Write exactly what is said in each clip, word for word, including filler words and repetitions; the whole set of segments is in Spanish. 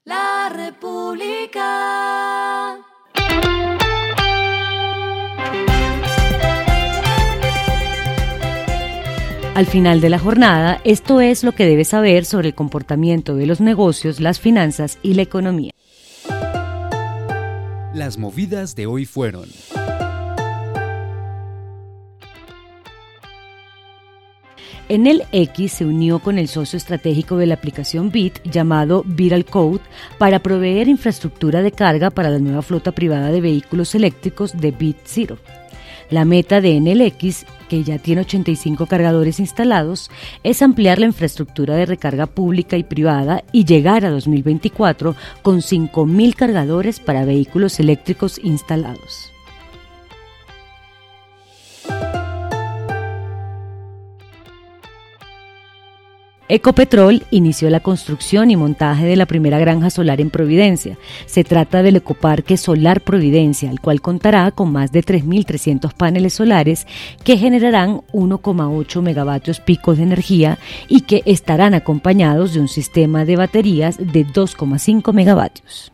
La República. Al final de la jornada, esto es lo que debes saber sobre el comportamiento de los negocios, las finanzas y la economía. Las movidas de hoy fueron: Enel X se unió con el socio estratégico de la aplicación Bit llamado Viral Code para proveer infraestructura de carga para la nueva flota privada de vehículos eléctricos de Bit Zero. La meta de Enel X, que ya tiene ochenta y cinco cargadores instalados, es ampliar la infraestructura de recarga pública y privada y llegar a dos mil veinticuatro con cinco mil cargadores para vehículos eléctricos instalados. Ecopetrol inició la construcción y montaje de la primera granja solar en Providencia. Se trata del Ecoparque Solar Providencia, el cual contará con más de tres mil trescientos paneles solares que generarán uno coma ocho megavatios picos de energía y que estarán acompañados de un sistema de baterías de dos coma cinco megavatios.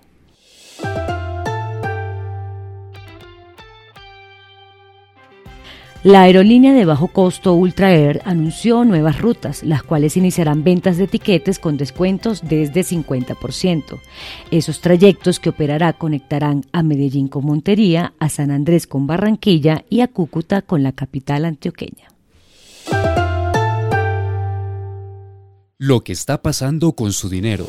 La aerolínea de bajo costo Ultra Air anunció nuevas rutas, las cuales iniciarán ventas de tiquetes con descuentos desde cincuenta por ciento. Esos trayectos que operará conectarán a Medellín con Montería, a San Andrés con Barranquilla y a Cúcuta con la capital antioqueña. Lo que está pasando con su dinero.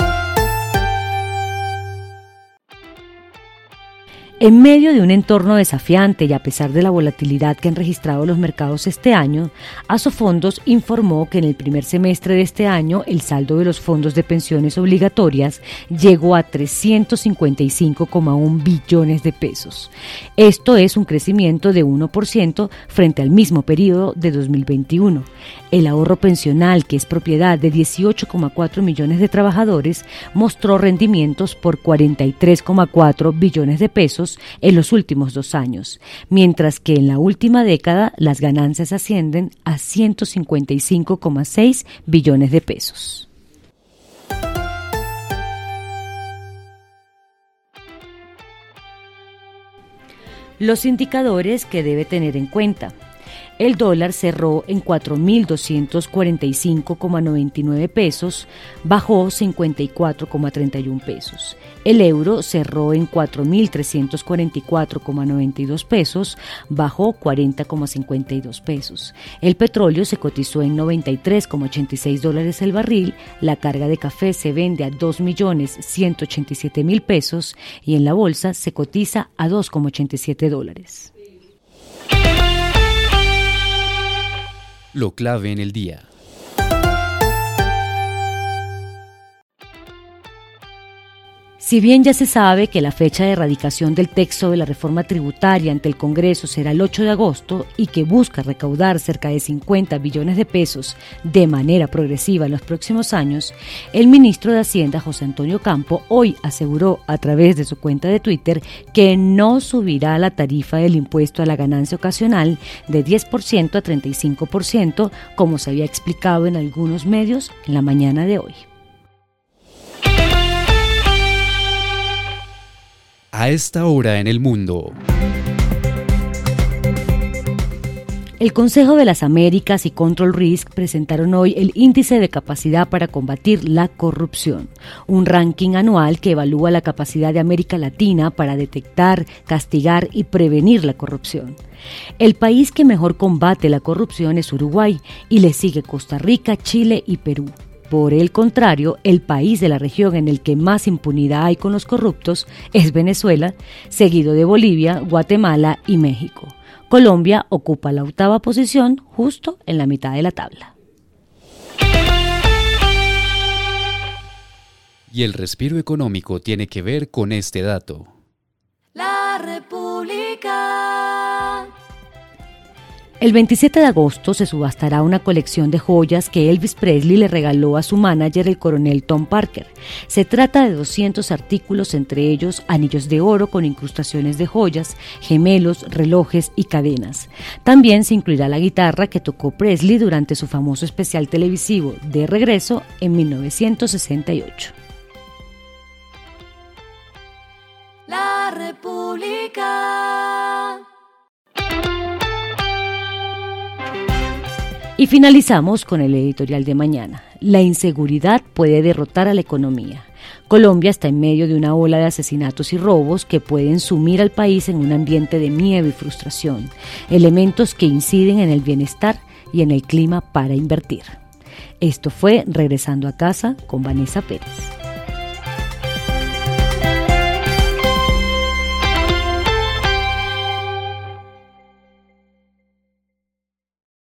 En medio de un entorno desafiante y a pesar de la volatilidad que han registrado los mercados este año, Asofondos informó que en el primer semestre de este año el saldo de los fondos de pensiones obligatorias llegó a trescientos cincuenta y cinco coma uno billones de pesos. Esto es un crecimiento de uno por ciento frente al mismo periodo de dos mil veintiuno. El ahorro pensional, que es propiedad de dieciocho coma cuatro millones de trabajadores, mostró rendimientos por cuarenta y tres coma cuatro billones de pesos en los últimos dos años, mientras que en la última década las ganancias ascienden a ciento cincuenta y cinco coma seis billones de pesos. Los indicadores que debe tener en cuenta. El dólar cerró en cuatro mil doscientos cuarenta y cinco coma noventa y nueve pesos, bajó cincuenta y cuatro coma treinta y uno pesos. El euro cerró en cuatro mil trescientos cuarenta y cuatro coma noventa y dos pesos, bajó cuarenta coma cincuenta y dos pesos. El petróleo se cotizó en noventa y tres coma ochenta y seis dólares el barril, la carga de café se vende a dos millones ciento ochenta y siete mil pesos y en la bolsa se cotiza a dos coma ochenta y siete dólares. Lo clave en el día. Si bien ya se sabe que la fecha de erradicación del texto de la reforma tributaria ante el Congreso será el ocho de agosto y que busca recaudar cerca de cincuenta billones de pesos de manera progresiva en los próximos años, el ministro de Hacienda, José Antonio Campo, hoy aseguró a través de su cuenta de Twitter que no subirá la tarifa del impuesto a la ganancia ocasional de diez por ciento a treinta y cinco por ciento, como se había explicado en algunos medios en la mañana de hoy. A esta hora en el mundo. El Consejo de las Américas y Control Risk presentaron hoy el Índice de Capacidad para Combatir la Corrupción, un ranking anual que evalúa la capacidad de América Latina para detectar, castigar y prevenir la corrupción. El país que mejor combate la corrupción es Uruguay y le sigue Costa Rica, Chile y Perú. Por el contrario, el país de la región en el que más impunidad hay con los corruptos es Venezuela, seguido de Bolivia, Guatemala y México. Colombia ocupa la octava posición, justo en la mitad de la tabla. Y el respiro económico tiene que ver con este dato. La República. El veintisiete de agosto se subastará una colección de joyas que Elvis Presley le regaló a su manager, el coronel Tom Parker. Se trata de doscientos artículos, entre ellos anillos de oro con incrustaciones de joyas, gemelos, relojes y cadenas. También se incluirá la guitarra que tocó Presley durante su famoso especial televisivo De Regreso en mil novecientos sesenta y ocho. República. Y finalizamos con el editorial de mañana. La inseguridad puede derrotar a la economía. Colombia está en medio de una ola de asesinatos y robos que pueden sumir al país en un ambiente de miedo y frustración, elementos que inciden en el bienestar y en el clima para invertir. Esto fue Regresando a Casa con Vanessa Pérez.